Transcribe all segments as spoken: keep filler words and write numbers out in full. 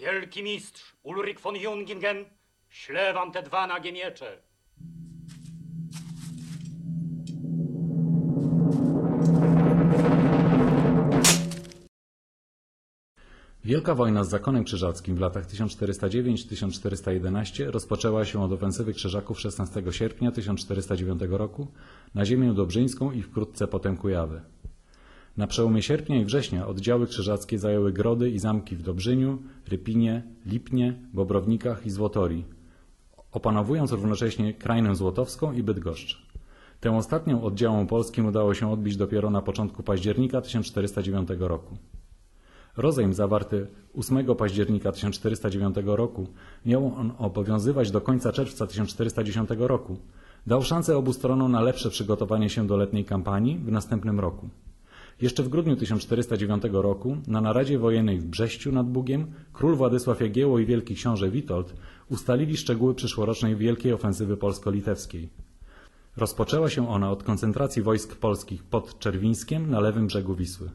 Wielki mistrz Ulrich von Jungingen, ślę wam te dwa nagie miecze. Wielka wojna z zakonem krzyżackim w latach tysiąc czterysta dziewiąty do tysiąc czterysta jedenastego rozpoczęła się od ofensywy krzyżaków szesnastego sierpnia tysiąc czterysta dziewiątego roku na ziemię dobrzyńską i wkrótce potem Kujawy. Na przełomie sierpnia i września oddziały krzyżackie zajęły grody i zamki w Dobrzyniu, Rypinie, Lipnie, Bobrownikach i Złotorii, opanowując równocześnie Krainę Złotowską i Bydgoszcz. Tę ostatnią oddziałom polskim udało się odbić dopiero na początku października tysiąc czterysta dziewiątego roku. Rozejm zawarty ósmego października tysiąc czterysta dziewiątego roku, miał on obowiązywać do końca czerwca tysiąc czterysta dziesiątego roku, dał szansę obu stronom na lepsze przygotowanie się do letniej kampanii w następnym roku. Jeszcze w grudniu tysiąc czterysta dziewiątego roku na naradzie wojennej w Brześciu nad Bugiem król Władysław Jagiełło i wielki książę Witold ustalili szczegóły przyszłorocznej wielkiej ofensywy polsko-litewskiej. Rozpoczęła się ona od koncentracji wojsk polskich pod Czerwińskiem na lewym brzegu Wisły.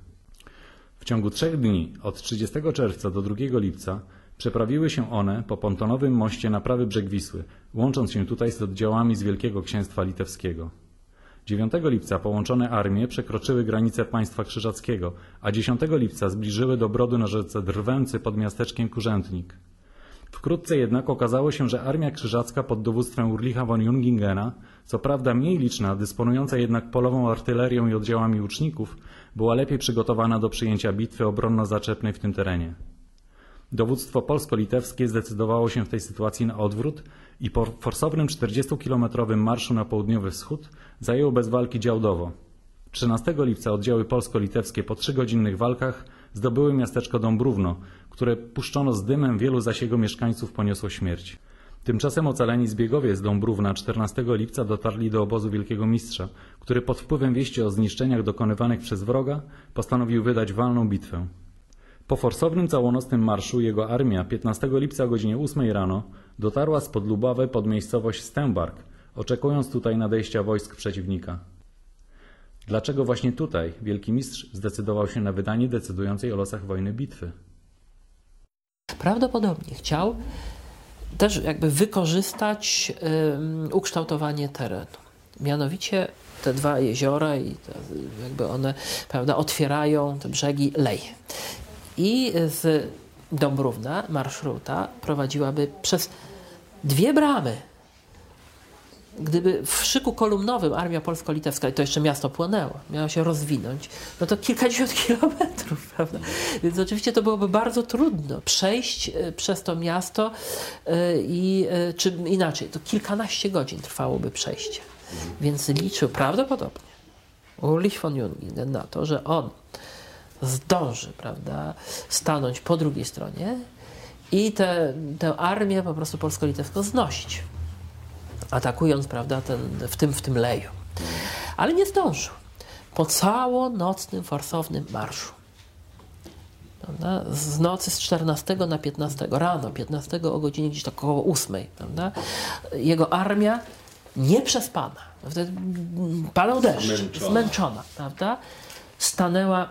W ciągu trzech dni, od trzydziestego czerwca do drugiego lipca, przeprawiły się one po pontonowym moście na prawy brzeg Wisły, łącząc się tutaj z oddziałami z Wielkiego Księstwa Litewskiego. dziewiątego lipca połączone armie przekroczyły granicę państwa krzyżackiego, a dziesiątego lipca zbliżyły do brodu na rzece Drwęcy pod miasteczkiem Kurzętnik. Wkrótce jednak okazało się, że armia krzyżacka pod dowództwem Ulricha von Jungingena, co prawda mniej liczna, dysponująca jednak polową artylerią i oddziałami łuczników, była lepiej przygotowana do przyjęcia bitwy obronno-zaczepnej w tym terenie. Dowództwo polsko-litewskie zdecydowało się w tej sytuacji na odwrót i po forsownym czterdziestokilometrowym marszu na południowy wschód zajęło bez walki Działdowo. trzynastego lipca oddziały polsko-litewskie po trzygodzinnych walkach zdobyły miasteczko Dąbrówno, które puszczono z dymem, wielu zaś jego mieszkańców poniosło śmierć. Tymczasem ocaleni zbiegowie z Dąbrówna czternastego lipca dotarli do obozu Wielkiego Mistrza, który pod wpływem wieści o zniszczeniach dokonywanych przez wroga postanowił wydać walną bitwę. Po forsownym całonocnym marszu jego armia piętnastego lipca o godzinie ósmej rano dotarła spod Lubawy pod miejscowość Stębark, oczekując tutaj nadejścia wojsk przeciwnika. Dlaczego właśnie tutaj Wielki Mistrz zdecydował się na wydanie decydującej o losach wojny bitwy? Prawdopodobnie chciał też jakby wykorzystać um, ukształtowanie terenu. Mianowicie te dwa jeziora i te, jakby one, prawda, otwierają te brzegi Lej. I z Dąbrówna marszruta prowadziłaby przez dwie bramy. Gdyby w szyku kolumnowym armia polsko-litewska, i to jeszcze miasto płonęło, miała się rozwinąć, no to kilkadziesiąt kilometrów, prawda? Więc oczywiście to byłoby bardzo trudno przejść przez to miasto i, czy inaczej, to kilkanaście godzin trwałoby przejście. Więc liczył prawdopodobnie Ulrich von Jungingen na to, że on zdąży, prawda, stanąć po drugiej stronie i tę te, armię po prostu polsko-litewską znosić, atakując, prawda, ten, w, tym, w tym leju. Ale nie zdążył. Po całonocnym, forsownym marszu. Prawda? Z nocy z czternastego na piętnastego, rano piętnastego o godzinie gdzieś tak około ósmej, prawda? Jego armia nieprzespana, wtedy padał deszcz, zmęczona, zmęczona, prawda? Stanęła,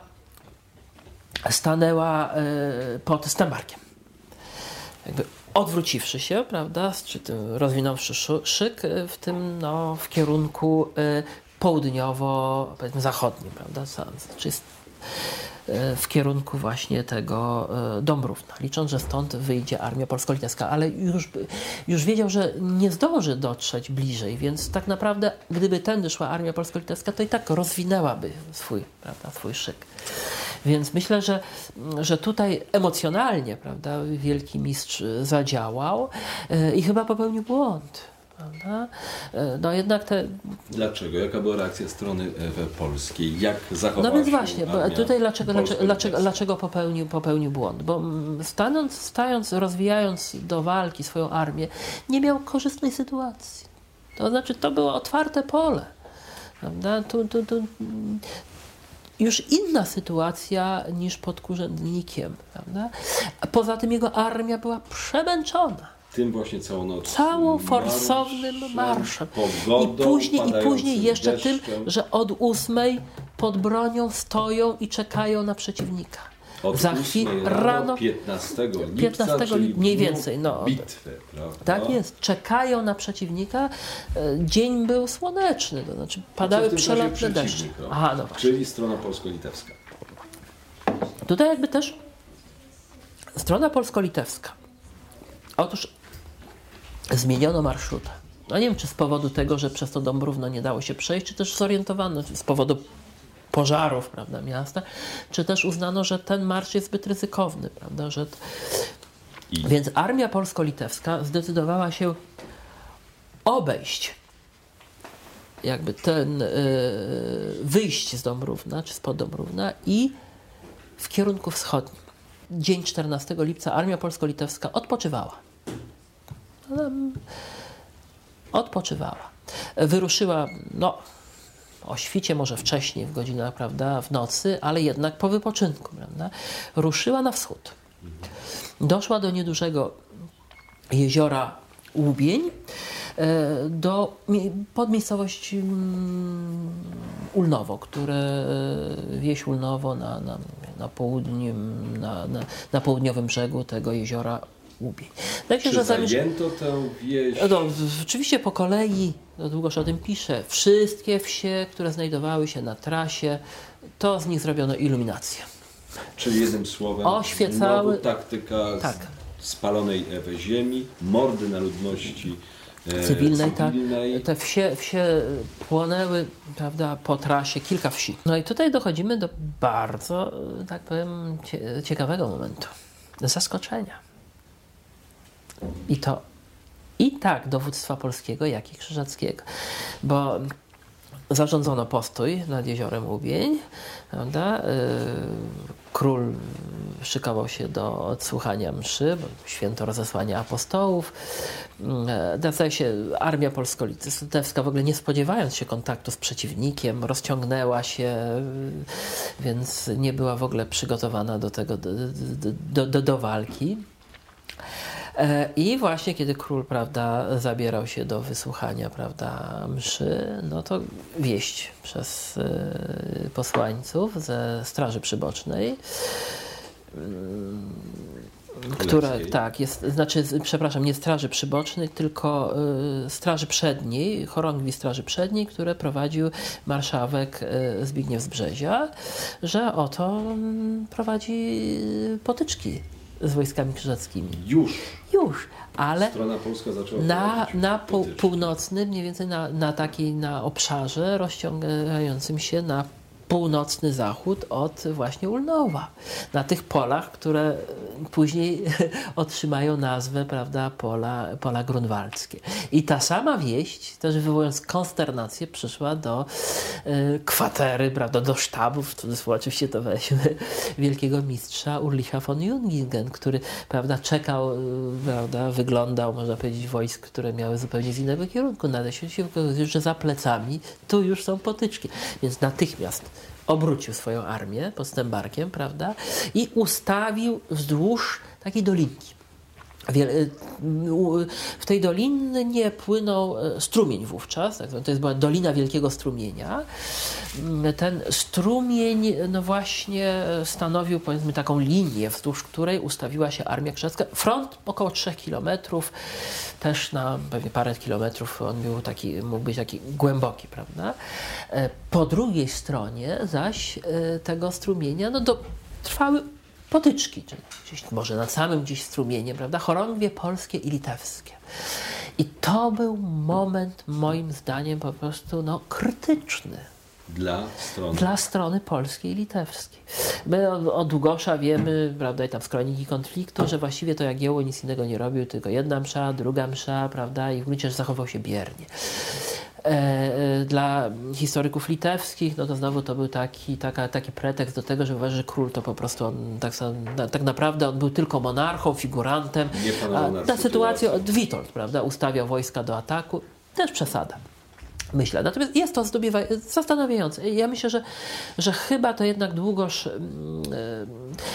stanęła y, pod Stębarkiem. Jakby odwróciwszy się, prawda, czy tym rozwinąwszy szyk w tym, no, w kierunku y, południowo, powiedzmy, zachodnim, prawda, czy w kierunku właśnie tego Dąbrówna, licząc, że stąd wyjdzie armia polsko-litewska, ale już, już wiedział, że nie zdąży dotrzeć bliżej, więc tak naprawdę, gdyby tędy szła armia polsko-litewska, to i tak rozwinęłaby swój, prawda, swój szyk. Więc myślę, że, że tutaj emocjonalnie, prawda, Wielki Mistrz zadziałał i chyba popełnił błąd. Prawda? No jednak te... Dlaczego? Jaka była reakcja strony polskiej? Jak zachowała No więc właśnie, bo tutaj dlaczego, dlaczego, dlaczego, dlaczego popełnił, popełnił błąd? Bo stanąc, stając, rozwijając do walki swoją armię, nie miał korzystnej sytuacji. To znaczy, to było otwarte pole. Prawda? Tu, tu, tu, już inna sytuacja niż pod Kurzętnikiem. Prawda? A poza tym jego armia była przemęczona. Tym właśnie całonocnym całoforsownym marszem. Pogodą, I później, i później jeszcze deszczem. tym, że od ósmej pod bronią stoją i czekają na przeciwnika. Od za chwilę rano, rano piętnastego lipca, piętnastego czyli mniej dniu więcej, no. bitwy, prawda? Tak jest, czekają na przeciwnika. Dzień był słoneczny, to znaczy padały przelotne deszcze. Aha, no właśnie. Czyli strona polsko-litewska. Tutaj jakby też strona polsko-litewska. Otóż zmieniono marszrutę. No nie wiem, czy z powodu tego, że przez to Dąbrówno nie dało się przejść, czy też zorientowano, czy z powodu pożarów, prawda, miasta, czy też uznano, że ten marsz jest zbyt ryzykowny, prawda, że... I... Więc armia polsko-litewska zdecydowała się obejść jakby ten, yy, wyjść z Dąbrówna, czy spod Dąbrówna i w kierunku wschodnim. Dzień czternastego lipca armia polsko-litewska odpoczywała. Ona odpoczywała. Wyruszyła, no, o świcie, może wcześniej, w godzinach, prawda, w nocy, ale jednak po wypoczynku, prawda, ruszyła na wschód. Doszła do niedużego jeziora Łubień, do, pod miejscowość Ulnowo, które, wieś Ulnowo na, na, na, południu, na, na, na południowym brzegu tego jeziora Łubień. Tak się, Czy że zajęto tę wieś? No, oczywiście po kolei, no, długoż o tym piszę, wszystkie wsie, które znajdowały się na trasie, to z nich zrobiono iluminację. Czyli jednym słowem oświecały... znowu taktyka tak. spalonej ziemi, mordy na ludności e, cywilnej, cywilnej. Tak. Te wsie, wsie płonęły, prawda, po trasie, kilka wsi. No i tutaj dochodzimy do bardzo, tak powiem, ciekawego momentu. Zaskoczenia. I to i tak dowództwa polskiego, jak i krzyżackiego. Bo zarządzono postój nad jeziorem Łubień, prawda? Król szykował się do odsłuchania mszy, bo święto rozesłania apostołów. Zdaje się, armia polsko-litewska w ogóle nie spodziewając się kontaktu z przeciwnikiem, rozciągnęła się, więc nie była w ogóle przygotowana do tego, do, do, do, do walki. I właśnie kiedy król, prawda, zabierał się do wysłuchania, prawda, mszy, no to wieść przez y, posłańców ze Straży Przybocznej, y, która, tak, jest, znaczy, przepraszam, nie Straży Przybocznej, tylko y, Straży Przedniej, chorągwi Straży Przedniej, które prowadził marszałek y, Zbigniew z Brzezia, że oto y, prowadzi potyczki z wojskami krzyżackimi. Już. Już, ale strona polska zaczęła na, na pół, północnym, mniej więcej na, na takiej na obszarze rozciągającym się na północny zachód od właśnie Ulnowa. Na tych polach, które później otrzymają nazwę, prawda, pola, pola grunwaldzkie. I ta sama wieść, też wywołując konsternację, przyszła do y, kwatery, prawda, do sztabu, w cudzysłowie oczywiście to weźmy, wielkiego mistrza Ulricha von Jungingen, który, prawda, czekał, y, prawda, wyglądał, można powiedzieć, wojsk, które miały zupełnie z innego kierunku. Nadeszło się okazuje, że za plecami tu już są potyczki. Więc natychmiast obrócił swoją armię pod Stębarkiem, prawda, i ustawił wzdłuż takiej dolinki. W tej dolinie płynął strumień wówczas, tak, to jest była Dolina Wielkiego Strumienia. Ten strumień, no właśnie, stanowił, powiedzmy, taką linię, wzdłuż której ustawiła się armia krzyżacka. Front około trzech kilometrów, też na pewnie parę kilometrów on był taki, mógł być taki głęboki, prawda. Po drugiej stronie zaś tego strumienia, no to trwały potyczki, czyli gdzieś, może nad samym gdzieś strumieniem, prawda, chorągwie polskie i litewskie. I to był moment, moim zdaniem, po prostu, no, krytyczny. Dla strony. Dla strony polskiej i litewskiej. My od, od Długosza wiemy, prawda, i tam z kroniki konfliktu, że właściwie to Jagiełło nic innego nie robił, tylko jedna msza, druga msza, prawda, i w gruncie rzeczy zachował się biernie. E, dla historyków litewskich, no to znowu to był taki, taka, taki pretekst do tego, że uważa, że król to po prostu on, tak, tak naprawdę on był tylko monarchą, figurantem. A ta sytuacja, Witold, prawda, ustawiał wojska do ataku, też przesada. Myślę. Natomiast jest to zastanawiające. Ja myślę, że, że chyba to jednak Długosz yy,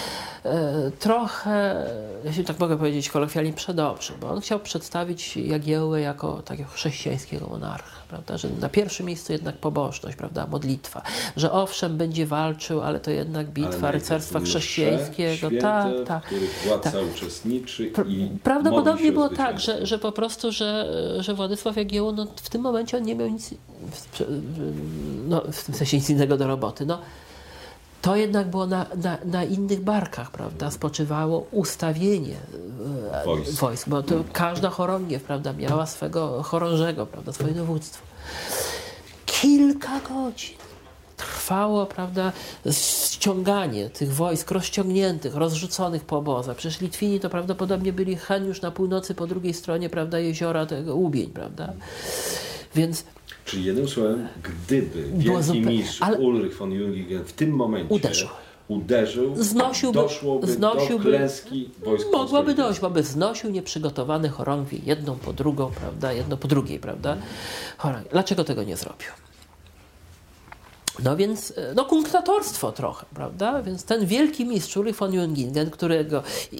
e, trochę, jeśli tak mogę powiedzieć kolokwialnie, przedobrzył, bo on chciał przedstawić Jagiełłę jako takiego chrześcijańskiego monarcha, prawda, że na pierwszym miejscu jednak pobożność, prawda, modlitwa, że owszem będzie walczył, ale to jednak bitwa rycerstwa chrześcijańskiego, święte, tak, tak, w których władca tak. uczestniczy i Prawdopodobnie było tak, zwycięstwo. że, że po prostu, że, że Władysław Jagiełło, no, w tym momencie on nie miał nic, no, w tym sensie nic innego do roboty. No, to jednak było na, na, na innych barkach, prawda, spoczywało ustawienie e, Wojsk. wojsk, bo to każda chorągiew, prawda, miała swego chorążego, prawda, swoje dowództwo. Kilka godzin trwało, prawda, ściąganie tych wojsk rozciągniętych, rozrzuconych po obozach. Przecież Litwini to prawdopodobnie byli hen już na północy, po drugiej stronie, prawda, jeziora tego Łubień, prawda. Więc Czyli jednym słowem, gdyby Było wielki zupełnie- mistrz ale- Ulrych von Jungingen w tym momencie Uderzył. uderzył, Znosiłby- doszłoby znosiłby- do klęski wojsk mogłaby pospolitych. dojść, bo by znosił nieprzygotowane chorągwie jedną po drugą, prawda, jedną po drugiej, prawda. Chorągwie. Dlaczego tego nie zrobił? No więc, no kunktatorstwo trochę, prawda? Więc ten wielki mistrz Ulrich von Jungingen, którego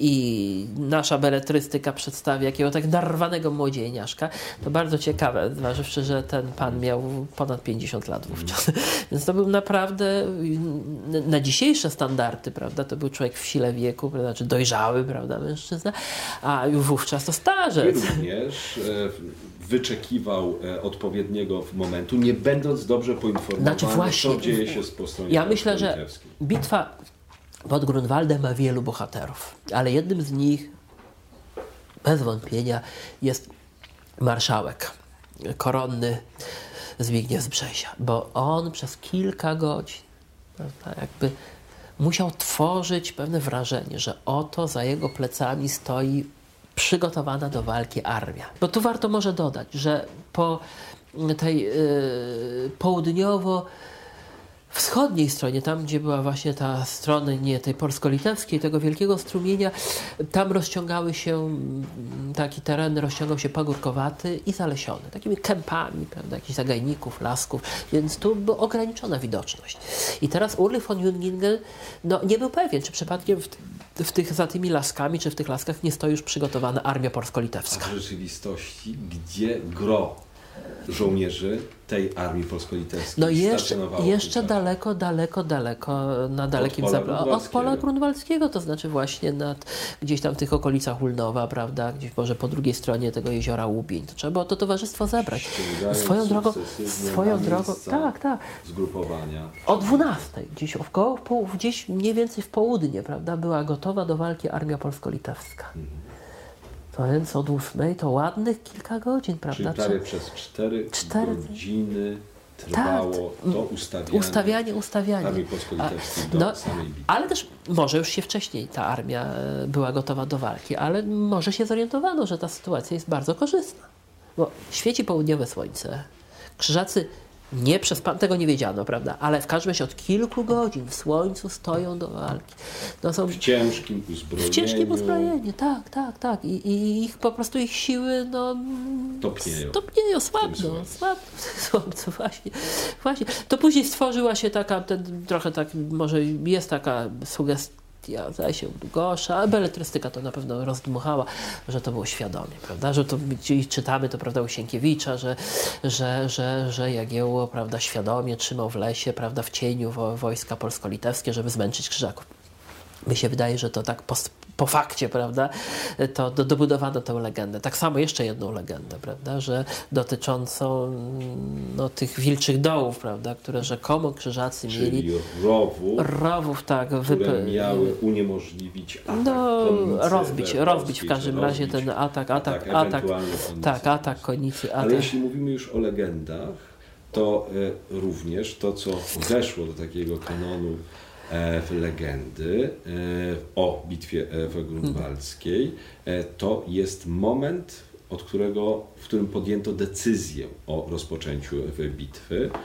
i nasza beletrystyka przedstawia jakiego tak narwanego młodzieniaszka, to bardzo ciekawe, zważywszy, że ten pan miał ponad pięćdziesiąt lat wówczas. Więc to był naprawdę na dzisiejsze standardy, prawda? To był człowiek w sile wieku, prawda? Znaczy dojrzały, prawda, mężczyzna, a już wówczas to starzec. Również e, wyczekiwał e, odpowiedniego momentu, nie będąc dobrze poinformowany, Znaczy właśnie, co dzieje się po stronie ja myślę, że litewskiej. bitwa pod Grunwaldem ma wielu bohaterów, ale jednym z nich bez wątpienia jest marszałek koronny Zbigniew z Brzezia, bo on przez kilka godzin, prawda, jakby musiał tworzyć pewne wrażenie, że oto za jego plecami stoi przygotowana do walki armia. Bo tu warto może dodać, że po tej yy, południowo wschodniej stronie, tam gdzie była właśnie ta strona nie tej polsko-litewskiej, tego wielkiego strumienia, tam rozciągały się, taki teren rozciągał się pagórkowaty i zalesiony, takimi kępami, prawda, jakichś zagajników, lasków, więc tu była ograniczona widoczność. I teraz Ulrich von Jungingen, no, nie był pewien, czy przypadkiem w, w tych, za tymi laskami, czy w tych laskach nie stoi już przygotowana armia A polsko-litewska. w rzeczywistości, gdzie gro żołnierzy tej armii polsko-litewskiej No jeszcze, stacjonowało jeszcze wówczas? daleko, daleko, daleko na dalekim pola zapleczu. Od grunwaldzkiego. pola grunwaldzkiego, to znaczy właśnie nad, gdzieś tam w tych okolicach Ulnowa, prawda, gdzieś może po drugiej stronie tego jeziora Łubień. To trzeba było to towarzystwo zebrać. Ściągając Swoją drogą, sukcesywnie swoją na drogą, miejsca tak, tak. Zgrupowania. O dwunastej, gdzieś około, pół- gdzieś mniej więcej w południe, prawda, była gotowa do walki armia polsko-litewska. To więc od ósmej to ładnych kilka godzin, Czyli prawda? prawie przez cztery, Cztery- godziny trwało to ustawianie, Ustawianie, ustawianie. armii polsko-litewskiej A, do no, samej bitwy. ale też może już się wcześniej ta armia e, była gotowa do walki, ale może się zorientowano, że ta sytuacja jest bardzo korzystna. Bo świeci południowe słońce. Krzyżacy nie przez pan tego nie wiedziano, prawda? Ale w każdym razie od kilku godzin w słońcu stoją do walki. No są W ciężkim uzbrojeniu. w ciężkim uzbrojeniu, tak, tak, tak. I, i ich po prostu ich siły no, Topnieją. Topnieją, słabną, słońcu. słabną w słońcu, właśnie, właśnie. To później stworzyła się taka, ten, trochę tak, może jest taka sugestia, zdaje się, Długosza, ale beletrystyka to na pewno rozdmuchała, że to było świadomie, prawda, że to gdzieś czytamy, to prawda, u Sienkiewicza, że, że, że, że Jagiełło, prawda, świadomie trzymał w lesie, prawda, w cieniu wo, wojska polsko-litewskie, żeby zmęczyć Krzyżaków. Mi się wydaje, że to tak po, po fakcie, prawda, to do, dobudowano tę legendę. Tak samo jeszcze jedną legendę, prawda, że dotyczącą no, tych wilczych dołów, prawda, które rzekomo Krzyżacy mieli. Czyli rowu, Rowów, tak, które wyp- miały uniemożliwić atak no, konnicy rozbić, we rozbić w Polskiej, każdym czy razie rozbić ten atak, atak, atak, atak, ewentualnie konnicy. tak, atak konicy, atak. Ale jeśli mówimy już o legendach, to e, również to, co weszło do takiego kanonu e, w legendy e, o bitwie e, w Grunwaldzkiej, e, to jest moment, od którego, w którym podjęto decyzję o rozpoczęciu e, bitwy.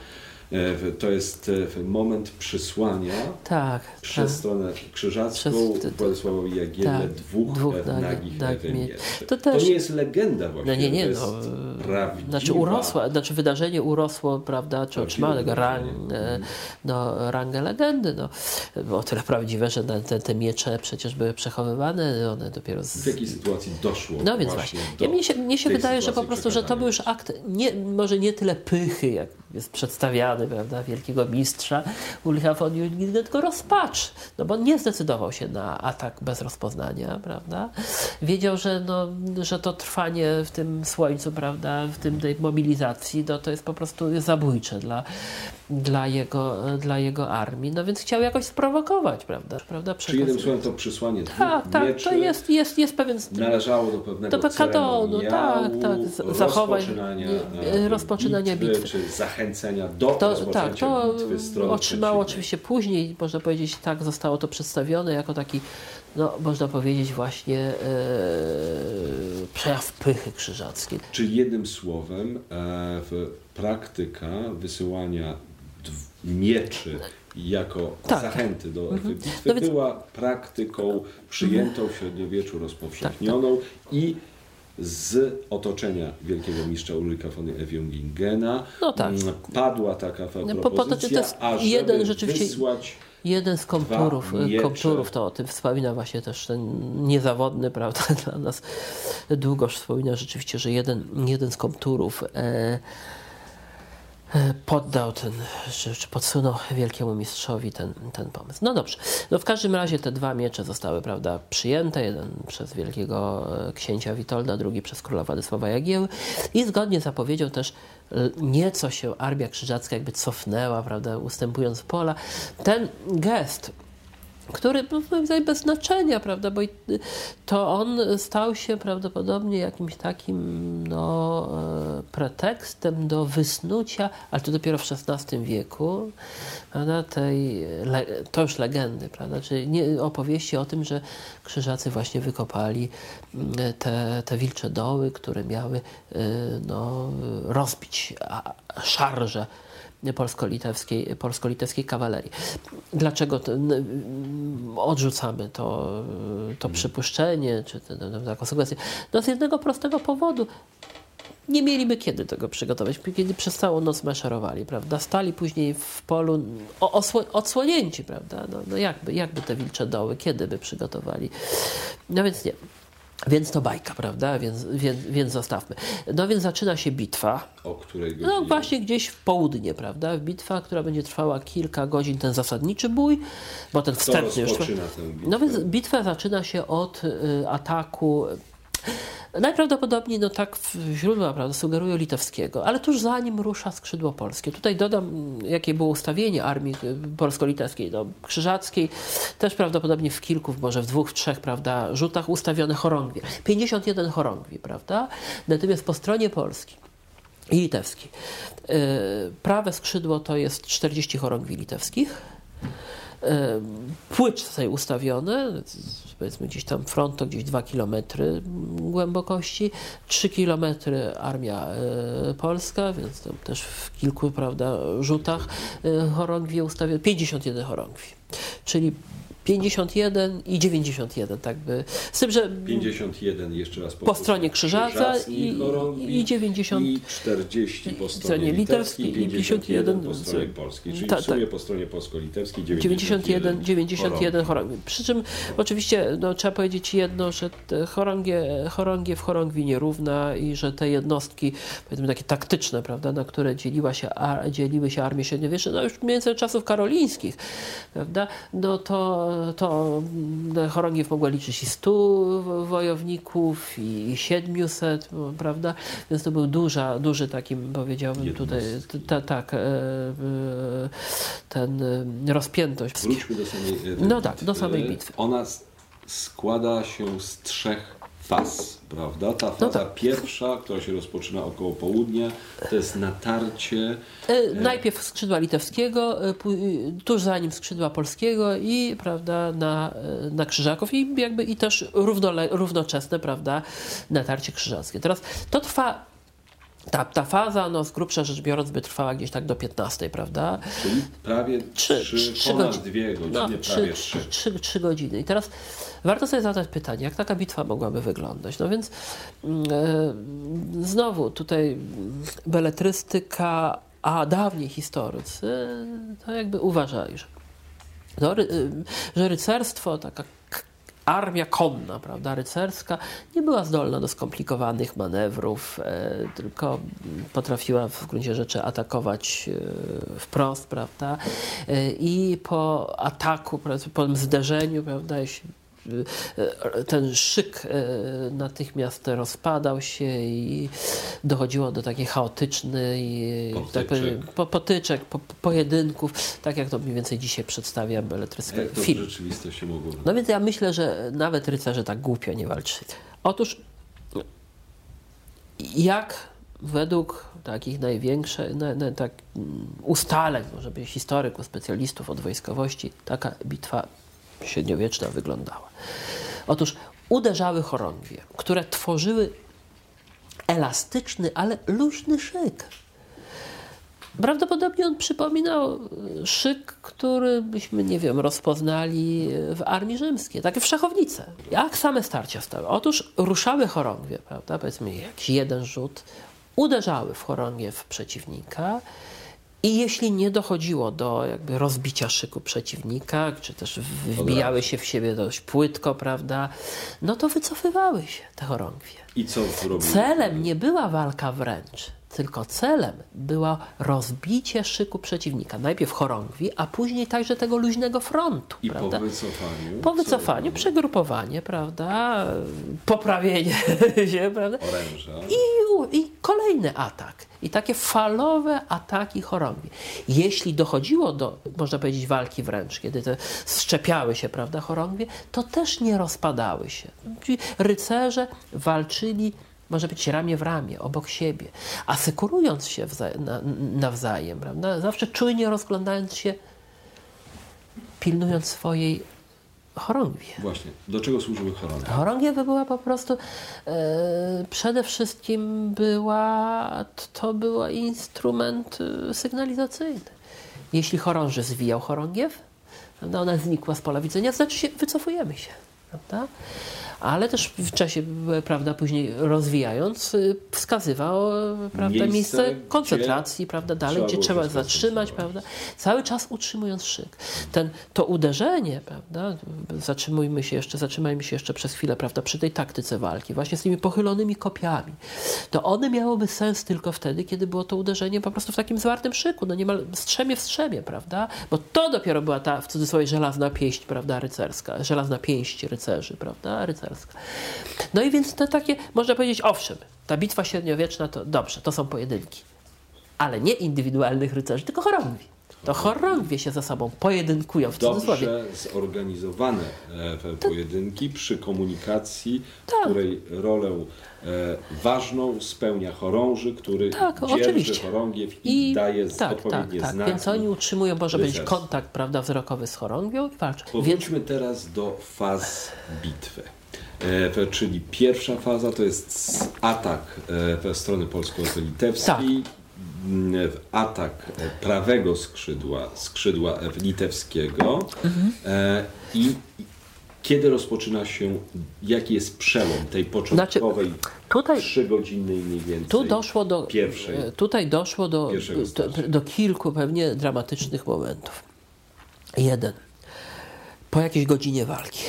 To jest moment przysłania tak, przez tak. stronę krzyżacką Przez- Władysławowi Jagielle tak, dwóch, dwóch nagich, nagich nagich mieczy. mieczy. To To, też- nie jest legenda właśnie, No nie, nie, to jest no, prawdziwa. znaczy urosła, znaczy wydarzenie urosło, prawda, czy Prawdziwe otrzymało tego rang, wydarzenie. e, no, rangę legendy, no, o tyle prawdziwe, że te, te miecze przecież były przechowywane, one dopiero z... W jakiej sytuacji doszło No więc właśnie właśnie, do ja, mnie się, mnie się tej wydaje, że po sytuacji prostu, że to był już przekazania? akt, nie, może nie tyle pychy, jak jest przedstawiany, prawda, wielkiego mistrza Ulricha von Jungingen, tylko rozpacz, no bo nie zdecydował się na atak bez rozpoznania, prawda, wiedział, że, no, że to trwanie w tym słońcu, prawda, w tym tej mobilizacji, no, to jest po prostu zabójcze dla, dla, jego, dla jego armii, no więc chciał jakoś sprowokować, prawda, prawda, Czy jednym przekaz- słowem to przysłanie dwóch tak, tak, mieczy to jest, jest, jest pewien... należało do pewnego Do kanonu, ceremoniału, tak, tak, zachowań, rozpoczynania, nie, e, rozpoczynania bitwy. czy zachęcenia do To, rozpoczęcia tak, to bitwy strony otrzymało przeciwnej. oczywiście później, można powiedzieć, tak zostało to przedstawione jako taki, no można powiedzieć właśnie e, przejaw pychy krzyżackiej. Czyli jednym słowem e, w praktyka wysyłania dw- mieczy jako Tak. zachęty do Mhm. bitwy No więc- była praktyką przyjętą w średniowieczu, rozpowszechnioną i z otoczenia wielkiego mistrza Ulricha von Jungingena No tak. m, padła taka fa- No, po- po to, propozycja, to jest ażeby jeden rzeczywiście- wysłać Jeden z komturów, Dwa miecze. komturów to o tym wspomina właśnie też ten niezawodny, prawda, dla nas Długosz wspomina rzeczywiście, że jeden, jeden z komturów e, e, poddał ten, czy, czy podsunął wielkiemu mistrzowi ten, ten pomysł. No dobrze, no w każdym razie te dwa miecze zostały, prawda, przyjęte, jeden przez wielkiego e, księcia Witolda, drugi przez króla Władysława Jagieły i zgodnie z zapowiedzią też e, nieco się Armia Krzyżacka jakby cofnęła, prawda, ustępując w pola. Ten gest, który no, moim zdaniem bez znaczenia, prawda, bo i- to on stał się prawdopodobnie jakimś takim no, e, pretekstem do wysnucia, ale to dopiero w szesnastym wieku, prawda, tej, le, to już legendy, prawda, czyli nie, opowieści o tym, że krzyżacy właśnie wykopali mm, te, te wilcze doły, które miały e, no, rozbić a, szarże polsko-litewskiej, polsko-litewskiej kawalerii. Dlaczego to, n- odrzucamy to, to przypuszczenie, czy tę tę- tę konsekwencję? No z jednego prostego powodu. Nie mieliby kiedy tego przygotować, kiedy przez całą noc maszerowali, prawda? Stali później w polu o, osło- odsłonięci, prawda? No, no jakby, jakby te wilcze doły, kiedy by przygotowali? No więc nie. Więc to bajka, prawda? Więc, więc, więc zostawmy. No więc zaczyna się bitwa. o której godzinie. No właśnie gdzieś w południe, prawda? Bitwa, która będzie trwała kilka godzin, ten zasadniczy bój, bo ten Kto wstępny już... rozpoczyna tę bitwę? No więc bitwa zaczyna się od y, ataku... Najprawdopodobniej, no tak w- źródła, prawda, sugerują litewskiego, ale tuż zanim rusza skrzydło polskie. Tutaj dodam, jakie było ustawienie armii y, polsko-litewskiej, no, krzyżackiej, też prawdopodobnie w kilku, może w dwóch, trzech, prawda, rzutach ustawione chorągwie. pięćdziesiąt jeden chorągwi, prawda? Natomiast po stronie Polski i litewskiej y, prawe skrzydło to jest czterdzieści chorągwi litewskich, płytce ustawione, powiedzmy gdzieś tam front to gdzieś dwa kilometry głębokości, trzy kilometry armia e, polska, więc tam też w kilku, prawda, rzutach e, chorągwie ustawiono, pięćdziesiąt jeden chorągwi, czyli pięćdziesiąt jeden i dziewięćdziesiąt jeden, tak by, z tym, że pięćdziesiąt jeden jeszcze raz po stronie Krzyżaca krzyżackiej i- chorągwi i dziewięćdziesiąt i czterdzieści po stronie stronie litewskiej i litewskiej, pięćdziesiąt jeden po pięćdziesiąt stronie jeden polskiej, czyli tak, w sumie tak. po stronie polsko-litewskiej dziewięćdziesiąt jeden, dziewięćdziesiąt jeden chorągwi. Przy czym oczywiście no, trzeba powiedzieć jedno, że te chorągie, chorągie w chorągwi nierówna i że te jednostki, powiedzmy takie taktyczne, prawda, na które dzieliła się, a, dzieliły się armie średniowieczne, no już mniej więcej od czasów karolińskich, prawda, no to, to mm, chorągiew mogła liczyć i stu wojowników i siedmiuset, no, prawda, więc to był duża, duży takim, powiedziałbym tutaj, ta, tak, e, e, ten e, rozpiętość. Wróćmy do samej e, No bitwy. tak, do samej bitwy. Ona s- składa się z trzech faz, prawda? Ta faza tak. pierwsza, która się rozpoczyna około południa, to jest natarcie. E, Najpierw skrzydła litewskiego, e, pó- tuż za nim skrzydła polskiego i, prawda, na, e, na Krzyżaków i jakby i też równole, równoczesne, prawda, natarcie krzyżackie. Teraz to trwa Ta, ta faza, no z grubsza rzecz biorąc, by trwała gdzieś tak do piętnastej, prawda? Czyli prawie Trzy- trzy, trzy ponad godziny. dwie godziny, No, prawie trzy, trzy. trzy, trzy, trzy godziny. I teraz warto sobie zadać pytanie, jak taka bitwa mogłaby wyglądać? No więc mm, e, znowu tutaj beletrystyka, a dawniej historycy to jakby uważali, że, no, ry, że rycerstwo, taka k- armia konna, prawda, rycerska, nie była zdolna do skomplikowanych manewrów, e, tylko potrafiła w gruncie rzeczy atakować e, wprost, prawda, e, i po ataku, prawda, po zderzeniu, prawda, jeśli e, ten szyk e, natychmiast rozpadał się i dochodziło do takiej chaotycznej tak powiem, po, potyczek, po, pojedynków, tak jak to mniej więcej dzisiaj przedstawia beletrystyka Jak to w film. rzeczywistości mogło być? No więc ja myślę, że nawet rycerze tak głupio nie walczyli. Otóż jak według takich największych na, na, tak, mm, ustaleń, może być historyków, specjalistów od wojskowości, taka bitwa średniowieczna wyglądała. Otóż uderzały chorągwie, które tworzyły elastyczny, ale luźny szyk. Prawdopodobnie on przypominał szyk, który byśmy, nie wiem, rozpoznali w armii rzymskiej, takie w szachownice. Jak same starcia stały? Otóż ruszały chorągwie, prawda, powiedzmy jakiś jeden rzut, uderzały w chorągiew przeciwnika i jeśli nie dochodziło do jakby rozbicia szyku przeciwnika, czy też wbijały się w siebie dość płytko, prawda, no to wycofywały się te chorągwie. I co zrobili? Celem nie była walka wręcz, tylko celem było rozbicie szyku przeciwnika. Najpierw chorągwi, a później także tego luźnego frontu. I prawda? po wycofaniu? Po wycofaniu, co? przegrupowanie, prawda? Poprawienie się, prawda? Oręża. I, I kolejny atak. I takie falowe ataki chorągwi. Jeśli dochodziło do, można powiedzieć, walki wręcz, kiedy te szczepiały się, prawda, chorągwie, to też nie rozpadały się. Czyli rycerze walczyli, może być ramię w ramię, obok siebie, asekurując się wza- na, nawzajem, prawda? Zawsze czujnie rozglądając się, pilnując swojej chorągwie. Właśnie. Do czego służyły chorągwie? Chorągiew była po prostu, e, przede wszystkim była, to był instrument e, sygnalizacyjny. Jeśli chorąży zwijał chorągiew, prawda, ona znikła z pola widzenia, znaczy się, wycofujemy się, prawda? Ale też w czasie, prawda, później rozwijając, wskazywał, prawda, miejsce, miejsce koncentracji, prawda, dalej, gdzie trzeba zatrzymać, prawda, cały czas utrzymując szyk. Ten, to uderzenie, prawda, zatrzymujmy się jeszcze, zatrzymajmy się jeszcze przez chwilę, prawda, przy tej taktyce walki, właśnie z tymi pochylonymi kopiami. To one miałoby sens tylko wtedy, kiedy było to uderzenie po prostu w takim zwartym szyku, no niemal strzemie w strzemie, prawda, bo to dopiero była ta, w cudzysłowie, żelazna pięść, prawda, rycerska, żelazna pięść rycerzy, prawda, rycerska. No i więc to takie, można powiedzieć, owszem, ta bitwa średniowieczna to dobrze, to są pojedynki, ale nie indywidualnych rycerzy, tylko chorągwi. To chorągwie się ze sobą pojedynkują w cudzysłowie. Dobrze zorganizowane e, pojedynki przy komunikacji, Tak. w której rolę e, ważną spełnia chorąży, który Tak, dzierży oczywiście. chorągiew i, I daje tak, odpowiednie tak, tak. znaki. Więc oni utrzymują, może być rycerstwa. kontakt, prawda, wzrokowy z chorągwią i walczą. Więc Powróćmy teraz do faz bitwy. E, czyli pierwsza faza to jest atak e, strony polsko-litewskiej, Tak. m, atak prawego skrzydła, skrzydła litewskiego Mhm. e, i kiedy rozpoczyna się, jaki jest przełom tej początkowej, Znaczy, tutaj- trzygodzinnej mniej więcej tu doszło do, pierwszej. tutaj doszło do, Pierwszego do, starcia. do kilku pewnie dramatycznych momentów. Jeden. Po jakiejś godzinie walki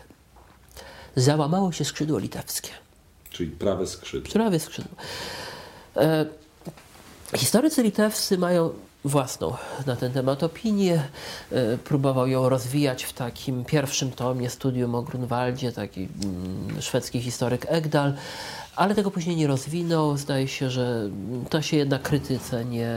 załamało się skrzydło litewskie. Czyli prawe skrzydło. Prawie skrzydło. E, historycy litewscy mają własną na ten temat opinię. E, próbował ją rozwijać w takim pierwszym tomie Studium o Grunwaldzie, taki mm, szwedzki historyk Ekdal, ale tego później nie rozwinął. Zdaje się, że to się jednak krytyce nie,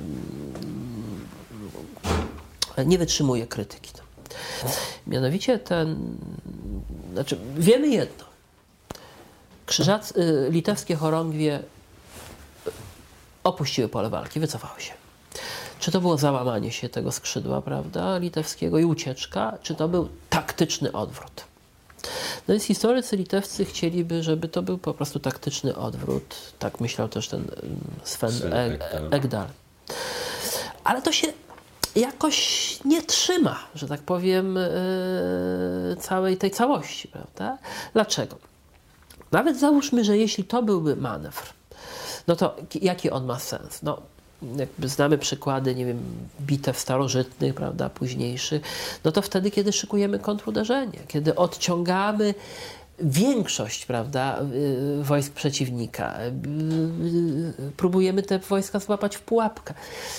e, nie wytrzymuje krytyki. Mianowicie ten, znaczy wiemy jedno. Krzyżac, y, litewskie chorągwie opuściły pole walki, wycofały się. Czy to było załamanie się tego skrzydła, prawda, litewskiego i ucieczka, czy to był taktyczny odwrót. No więc historycy litewscy chcieliby, żeby to był po prostu taktyczny odwrót. Tak myślał też ten Sven, Sven Egdal. Egdal. Ale to się jakoś nie trzyma, że tak powiem, yy, całej tej całości, prawda? Dlaczego? Nawet załóżmy, że jeśli to byłby manewr, no to jaki on ma sens? No, jakby znamy przykłady, nie wiem, bitew starożytnych, prawda, późniejszych, no to wtedy, kiedy szykujemy kontruderzenie, kiedy odciągamy większość, prawda, wojsk przeciwnika, próbujemy te wojska złapać w pułapkę.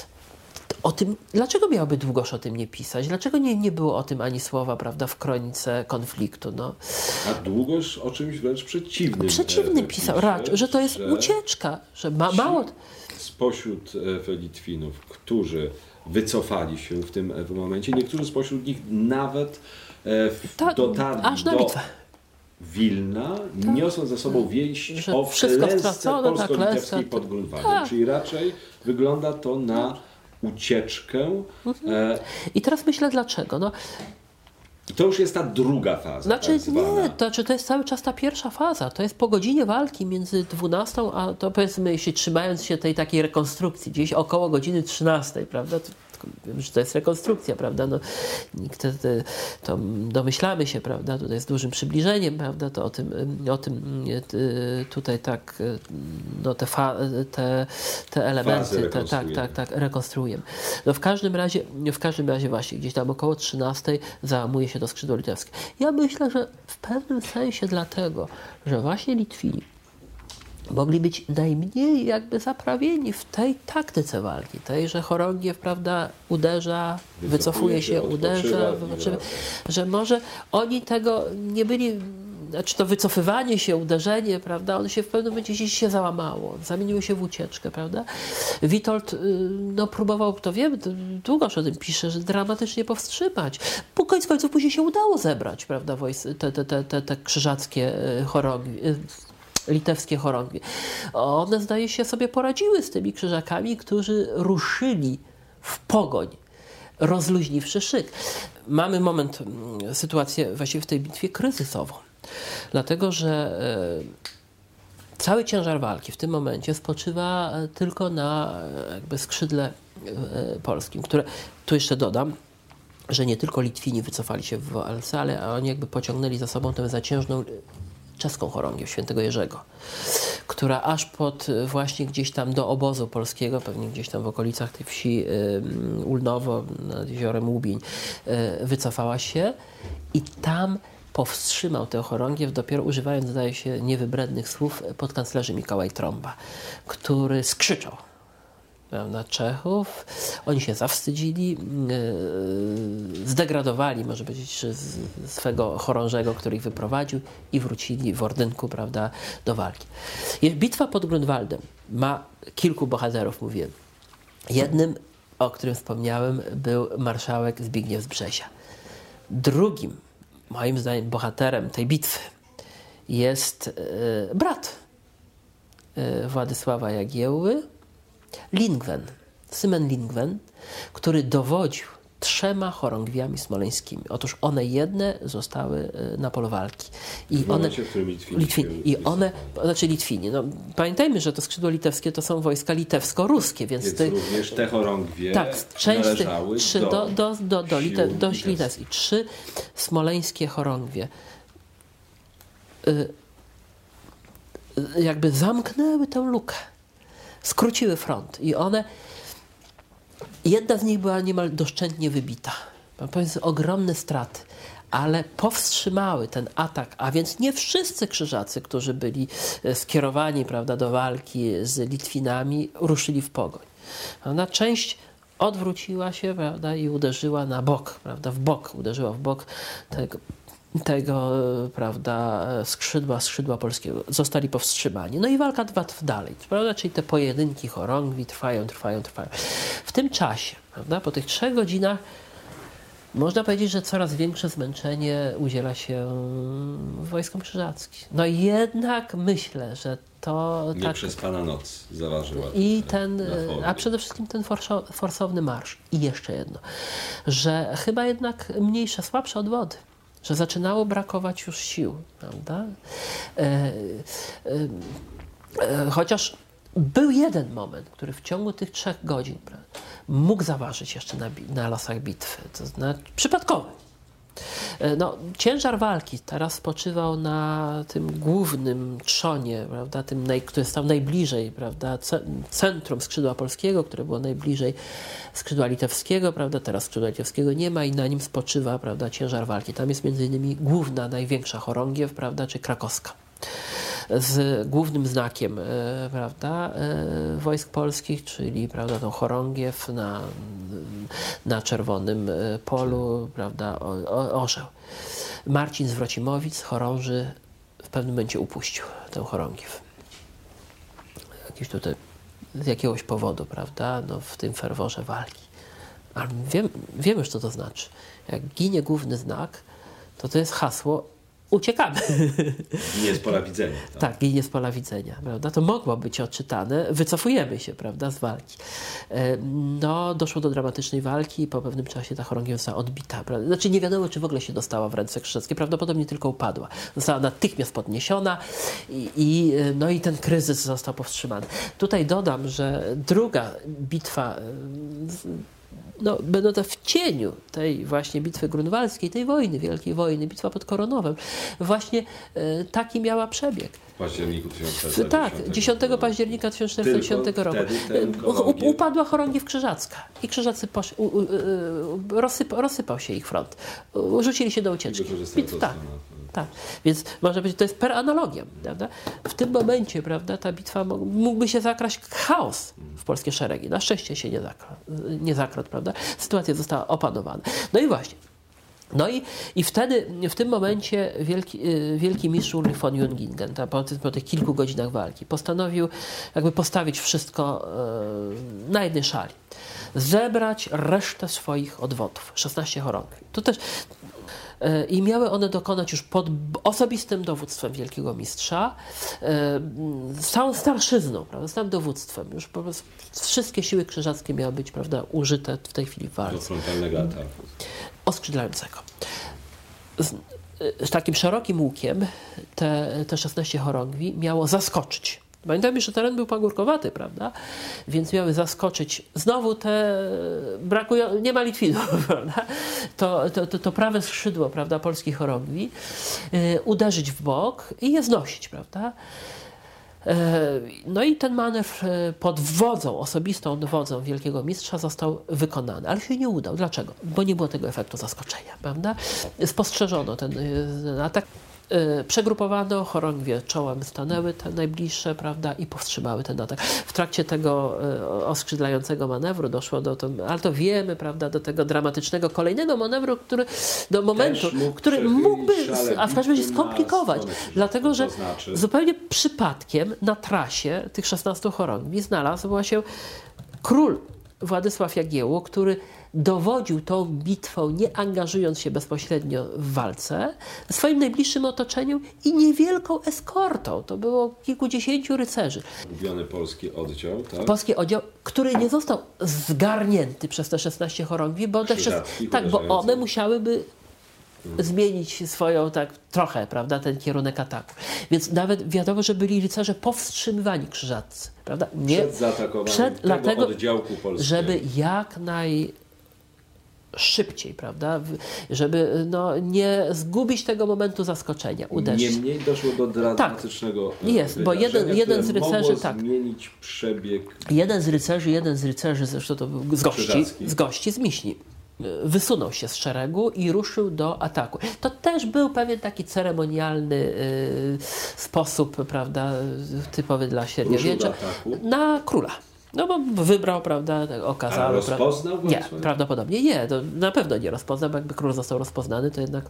O tym, dlaczego miałby Długosz o tym nie pisać? Dlaczego nie, nie było o tym ani słowa, prawda, w kronice konfliktu? No. A Długosz o czymś wręcz przeciwnym. Przeciwnym e, pisał, pisze, raczej, że to jest że ucieczka, że ma, mało... Spośród e, Litwinów, którzy wycofali się w tym w momencie, niektórzy spośród nich nawet e, w, Ta, dotarli aż na do bitwę. Wilna, Tak. niosąc za sobą wieść Że o wszystko klęsce stracono, tak, polsko-litewskiej klęska. pod Grunwaldem. Tak. Czyli raczej wygląda to na ucieczkę. E, I teraz myślę, dlaczego? No, I to już jest ta druga faza. Znaczy tak zwana. nie, to, znaczy to jest cały czas ta pierwsza faza. To jest po godzinie walki między dwunastą, a to powiedzmy, jeśli trzymając się tej takiej rekonstrukcji, gdzieś około godziny trzynastej, prawda? To, wiem, że to jest rekonstrukcja, prawda? No, nikt te, te, to domyślamy się, prawda? Tutaj z dużym przybliżeniem, prawda? To o tym, o tym tutaj tak, no te, fa, te, te elementy, te, tak, tak, tak, rekonstruujemy. No w każdym razie, w każdym razie właśnie gdzieś tam około trzynastej załamuje się do skrzydła litewskie. Ja myślę, że w pewnym sensie dlatego, że właśnie Litwini mogli być najmniej jakby zaprawieni w tej taktyce walki, tej, że chorągiew, prawda, uderza, wycofuje, wycofuje się, uderza, wypoczywa, że może oni tego nie byli, znaczy to wycofywanie się, uderzenie, prawda, ono się w pewnym momencie gdzieś się załamało, zamieniło się w ucieczkę, prawda. Witold, no próbował, to wiem, Długosz o tym pisze, że dramatycznie powstrzymać. Po końcu końców później się udało zebrać, prawda, wojs- te, te, te, te, te krzyżackie chorągwie, litewskie chorągwie. One, zdaje się, sobie poradziły z tymi krzyżakami, którzy ruszyli w pogoń, rozluźniwszy szyk. Mamy moment, sytuację właśnie w tej bitwie kryzysową, dlatego że e, cały ciężar walki w tym momencie spoczywa tylko na jakby skrzydle e, polskim, które, tu jeszcze dodam, że nie tylko Litwini wycofali się w walce, ale oni jakby pociągnęli za sobą tę zaciężną czeską chorągiew Świętego Jerzego, która aż pod właśnie gdzieś tam do obozu polskiego, pewnie gdzieś tam w okolicach tej wsi y, Ulnowo nad jeziorem Łubień, y, wycofała się i tam powstrzymał tę chorągiew, dopiero używając, zdaje się, niewybrednych słów, podkanclerzy Mikołaj Trąba, który skrzyczał, prawda, Czechów. Oni się zawstydzili, yy, zdegradowali, może powiedzieć, z, swego chorążego, który ich wyprowadził, i wrócili w ordynku, prawda, do walki. Bitwa pod Grunwaldem ma kilku bohaterów, mówiłem. Jednym, o którym wspomniałem, był marszałek Zbigniew z Brzezia. Drugim, moim zdaniem, bohaterem tej bitwy jest yy, brat yy, Władysława Jagiełły, Lindgren, Symen Lindgren, który dowodził trzema chorągwiami smoleńskimi. Otóż one jedne zostały na polu walki. I w one, momencie, w którym Litwini, Litwini i one, znaczy Litwini, no, pamiętajmy, że to skrzydło litewskie to są wojska litewsko-ruskie, więc, więc ty, również te chorągwie tak, część należały trzy, do, do, do, do, do, lite, do litewskich. litewskich. Trzy smoleńskie chorągwie y, y, jakby zamknęły tę lukę. Skróciły front i one, jedna z nich była niemal doszczętnie wybita. Powiedzmy, ogromne straty, ale powstrzymały ten atak, a więc nie wszyscy krzyżacy, którzy byli skierowani, prawda, do walki z Litwinami, ruszyli w pogoń. Ona część odwróciła się, prawda, i uderzyła na bok, prawda, w bok, uderzyła w bok tego, tego, prawda, skrzydła, skrzydła polskiego. Zostali powstrzymani. No i walka trwa dalej, prawda, czyli te pojedynki chorągwi trwają, trwają, trwają. W tym czasie, prawda, po tych trzech godzinach można powiedzieć, że coraz większe zmęczenie udziela się wojskom krzyżackim. No i jednak myślę, że to Nie tak... przespana noc zaważyła. I ten, na a przede wszystkim ten forso, forsowny marsz. I jeszcze jedno, że chyba jednak mniejsze, słabsze odwody. że zaczynało brakować już sił, prawda? E, e, e, chociaż był jeden moment, który w ciągu tych trzech godzin, prawda, mógł zaważyć jeszcze na, na losach bitwy, to znaczy przypadkowy. No, ciężar walki teraz spoczywał na tym głównym trzonie, prawda, tym, naj, który stał najbliżej, prawda, centrum skrzydła polskiego, które było najbliżej skrzydła litewskiego, prawda, teraz skrzydła litewskiego nie ma i na nim spoczywa, prawda, ciężar walki. Tam jest między innymi główna, największa chorągiew, prawda, czy krakowska, z głównym znakiem, e, prawda, e, wojsk polskich, czyli, prawda, tą chorągiew na, na czerwonym polu, prawda, o, o, orzeł. Marcin z Wrocimowic, chorąży, w pewnym momencie upuścił tę chorągiew. Jakiś tutaj, z jakiegoś powodu, prawda, no, w tym ferworze walki. Ale wiem, wiemy już, co to znaczy. Jak ginie główny znak, to to jest hasło: uciekamy. Ginie z pola widzenia. Tak, tak, ginie z pola widzenia, prawda? To mogło być odczytane, wycofujemy się, prawda, z walki. No, doszło do dramatycznej walki i po pewnym czasie ta chorągiew została odbita. Prawda? Znaczy nie wiadomo, czy w ogóle się dostała w ręce krzyżackie, prawdopodobnie tylko upadła. Została natychmiast podniesiona i, i, no i ten kryzys został powstrzymany. Tutaj dodam, że druga bitwa, no, będąca w cieniu tej właśnie bitwy grunwaldzkiej, tej wojny, wielkiej wojny, bitwa pod Koronowem, właśnie e, taki miała przebieg. W październiku tysiąc czterysta dziesiątego Tak, dziesiątego października tysiąc czterysta dziesiątego roku. U, upadła chorągiew krzyżacka i krzyżacy posz, u, u, rozsyp, rozsypał się ich front. Rzucili się do ucieczki. Bit, tak. Tak, więc może być, to jest per analogiam, prawda? W tym momencie, prawda, ta bitwa mógłby się zakraść chaos w polskie szeregi. Na szczęście się nie zakradł, nie zakradł, prawda? Sytuacja została opanowana. No i właśnie. No i, i wtedy, w tym momencie wielki, wielki mistrz Ulrich von Jungingen, po, po tych kilku godzinach walki, postanowił jakby postawić wszystko e, na jednej szali. Zebrać resztę swoich odwodów, szesnaście chorągwi. To też... I miały one dokonać już pod osobistym dowództwem wielkiego mistrza, z całą starszyzną, prawda, z całym dowództwem. Już po prostu wszystkie siły krzyżackie miały być, prawda, użyte w tej chwili w walce. Do frontalnego ataku. Oskrzydlającego. Z, z takim szerokim łukiem te, te szesnaście chorągwi miało zaskoczyć. Pamiętajmy, że teren był pagórkowaty, prawda? Więc miały zaskoczyć znowu te brakują, nie ma Litwinów, prawda? To, to, to, to prawe skrzydło, prawda, polskich chorągwi, yy, uderzyć w bok i je znosić, prawda? Yy, no i ten manewr pod wodzą, osobistą wodzą wielkiego mistrza został wykonany, ale się nie udał. Dlaczego? Bo nie było tego efektu zaskoczenia, prawda? Spostrzeżono ten, ten atak. Przegrupowano, chorągwie czołem stanęły, te najbliższe, prawda, i powstrzymały ten atak. W trakcie tego oskrzydlającego manewru doszło do, to, ale to wiemy, prawda, do tego dramatycznego kolejnego manewru, który do momentu, mógł który mógłby, a w każdym razie na skomplikować, dlatego że to znaczy... zupełnie przypadkiem na trasie tych szesnastu chorągwi znalazł się król Władysław Jagiełło, który dowodził tą bitwą, nie angażując się bezpośrednio w walce, swoim najbliższym otoczeniem i niewielką eskortą. To było kilkudziesięciu rycerzy. Mówiony polski oddział, tak? Polski oddział, który nie został zgarnięty przez te szesnaście chorągwi, bo, te szes... tak, bo one musiałyby hmm. zmienić swoją, tak trochę, prawda, ten kierunek ataku. Więc nawet wiadomo, że byli rycerze powstrzymywani krzyżaccy, prawda? Nie, przed zaatakowaniem przed, tego dlatego, oddziałku polskiego. Żeby jak naj szybciej, prawda, żeby no, nie zgubić tego momentu zaskoczenia, uderzyć. Niemniej doszło do dramatycznego tak, jest, bo jeden, jeden z rycerzy, tak, zmienić przebieg. Jeden z rycerzy, jeden z rycerzy, zresztą to był z gości, z gości z Miśni, wysunął się z szeregu i ruszył do ataku. To też był pewien taki ceremonialny y, sposób, prawda, typowy dla średniowiecza, na króla. No bo wybrał, prawda, okazało. Ale rozpoznał go? Nie, prawdopodobnie nie. To na pewno nie rozpoznał, bo jakby król został rozpoznany, to jednak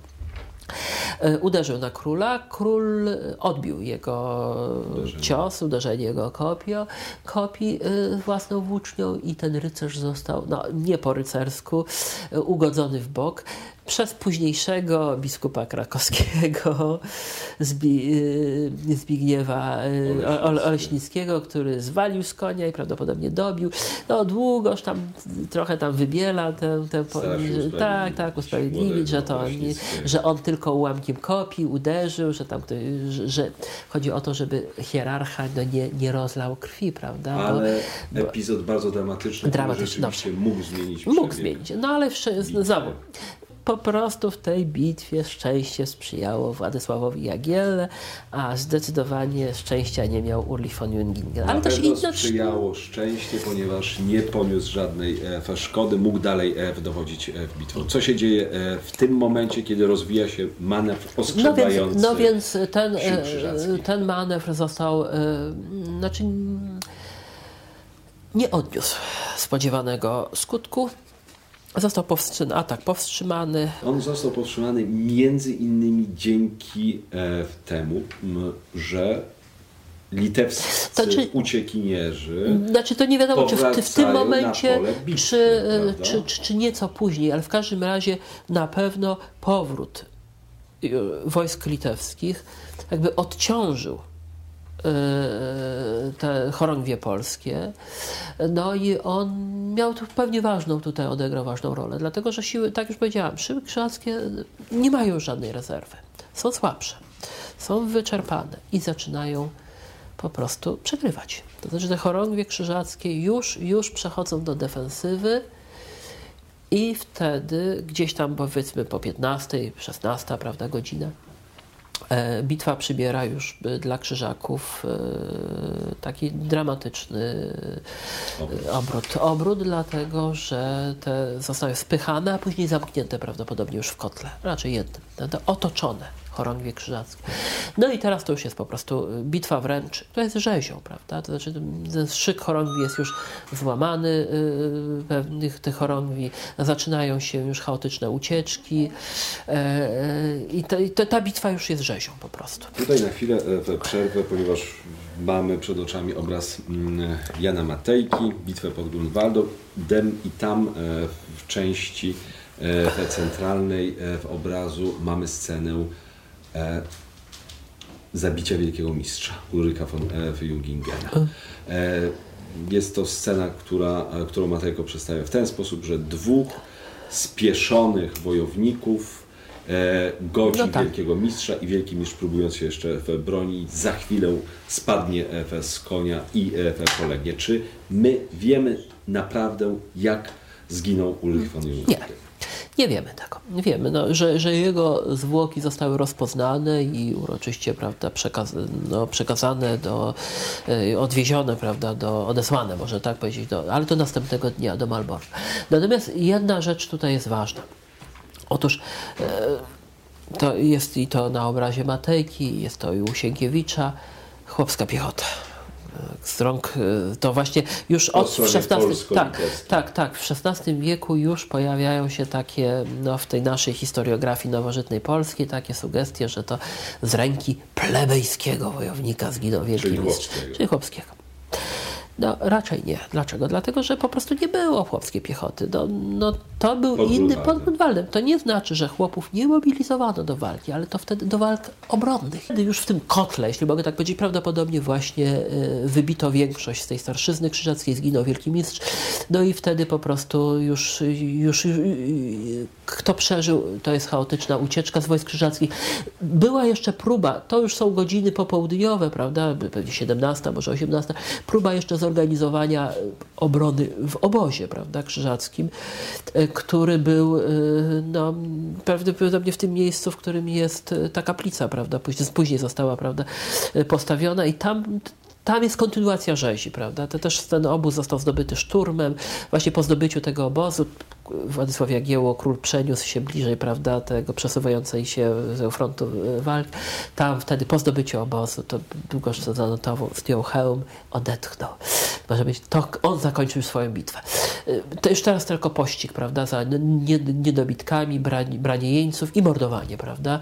uderzył na króla. Król odbił jego uderzenie. cios, uderzenie jego kopio, kopii własną włócznią i ten rycerz został, no nie po rycersku, ugodzony w bok. przez późniejszego biskupa krakowskiego Zbi, Zbigniewa Oleśnickiego, który zwalił z konia i prawdopodobnie dobił. No długoż tam trochę tam wybiela tę, tę po, tak, tak, usprawiedliwić, że to nie, że on tylko ułamkiem kopii uderzył, że tam ktoś, że, że chodzi o to, żeby hierarcha no, nie, nie rozlał krwi, prawda? Ale bo, epizod bardzo dramatyczny, dramatyczny który rzeczywiście mógł zmienić Mógł zmienić, no ale znowu po prostu w tej bitwie szczęście sprzyjało Władysławowi Jagielle, a zdecydowanie szczęścia nie miał Ulrich von Jungingen. Na ale też pewno inne sprzyjało szczęście, ponieważ nie poniósł żadnej e, szkody, mógł dalej e, dowodzić e, w bitwą. Co się dzieje e, w tym momencie, kiedy rozwija się manewr ostrzegający? No więc, no więc ten, e, ten manewr został, e, znaczy nie odniósł spodziewanego skutku. Został powstrzymany, atak powstrzymany. On został powstrzymany między innymi dzięki e, temu, m, że litewscy to czy, uciekinierzy Znaczy to nie wiadomo, czy w, w tym momencie, bitwy, czy, czy, czy, czy nieco później, ale w każdym razie na pewno powrót wojsk litewskich jakby odciążył te chorągwie polskie. No i on miał tu pewnie ważną tutaj, odegrał ważną rolę, dlatego że siły, tak już powiedziałam, siły krzyżackie nie mają już żadnej rezerwy. Są słabsze, są wyczerpane i zaczynają po prostu przegrywać. To znaczy te chorągwie krzyżackie już, już przechodzą do defensywy i wtedy gdzieś tam powiedzmy po piętnastej, szesnastej, prawda, godzina bitwa przybiera już dla krzyżaków taki dramatyczny obrót. Obrót, dlatego że te zostały spychane, a później zamknięte prawdopodobnie już w kotle, raczej jednym, otoczone chorągwie krzyżackie. No i teraz to już jest po prostu bitwa wręcz, to jest rzezią, prawda? To znaczy ten szyk chorągwi jest już złamany, yy, pewnych tych chorągwi, zaczynają się już chaotyczne ucieczki yy, i, to, i to, ta bitwa już jest rzezią po prostu. Tutaj na chwilę w przerwę, ponieważ mamy przed oczami obraz Jana Matejki, bitwę pod Grunwaldem i tam w części centralnej w obrazu mamy scenę E, zabicia wielkiego mistrza Ulricha von e, Jungingena. E, jest to scena, która, którą Matejko przedstawia w ten sposób, że dwóch spieszonych wojowników e, godzi no tak. wielkiego mistrza i wielki mistrz, próbując się jeszcze bronić, za chwilę spadnie e, z konia i e, polegnie. Czy my wiemy naprawdę, jak zginął Ulrich von Jungingen? Nie. Nie wiemy tego. Nie wiemy, no, że, że jego zwłoki zostały rozpoznane i uroczyście, prawda, przekaz no, przekazane, do, y, odwiezione, prawda, do, odesłane, może tak powiedzieć, do, ale do następnego dnia do Malborka. Natomiast jedna rzecz tutaj jest ważna. Otóż y, to jest i to na obrazie Matejki, jest to i u Sienkiewicza, chłopska piechota. Z rąk, to właśnie już od szesnastego tak, tak, tak, w szesnastym wieku już pojawiają się takie, no, w tej naszej historiografii nowożytnej polskiej takie sugestie, że to z ręki plebejskiego wojownika zginął wielki mistrz, czyli chłopskiego. No raczej nie. Dlaczego? Dlatego, że po prostu nie było chłopskiej piechoty. No, no, to był pod inny pod Grunwaldem. To nie znaczy, że chłopów nie mobilizowano do walki, ale to wtedy do walk obronnych. Wtedy już w tym kotle, jeśli mogę tak powiedzieć, prawdopodobnie właśnie y, wybito większość z tej starszyzny krzyżackiej, zginął wielki mistrz. No i wtedy po prostu już, już y, y, kto przeżył, to jest chaotyczna ucieczka z wojsk krzyżackich. Była jeszcze próba, to już są godziny popołudniowe, prawda, pewnie siedemnasta, może osiemnasta, próba jeszcze zorganizowania obrony w obozie, prawda, krzyżackim, który był, no, prawdopodobnie w tym miejscu, w którym jest ta kaplica, prawda, później, później została, prawda, postawiona i tam Tam jest kontynuacja rzezi, prawda? To też ten obóz został zdobyty szturmem. Właśnie po zdobyciu tego obozu Władysław Jagiełło, król, przeniósł się bliżej, prawda, tego przesuwającej się z frontu walk. Tam wtedy po zdobyciu obozu, to długoż to zanotował, zdjął hełm, odetchnął. Może być, to on zakończył swoją bitwę. To już teraz tylko pościg, prawda, za niedobitkami, branie, branie jeńców i mordowanie, prawda?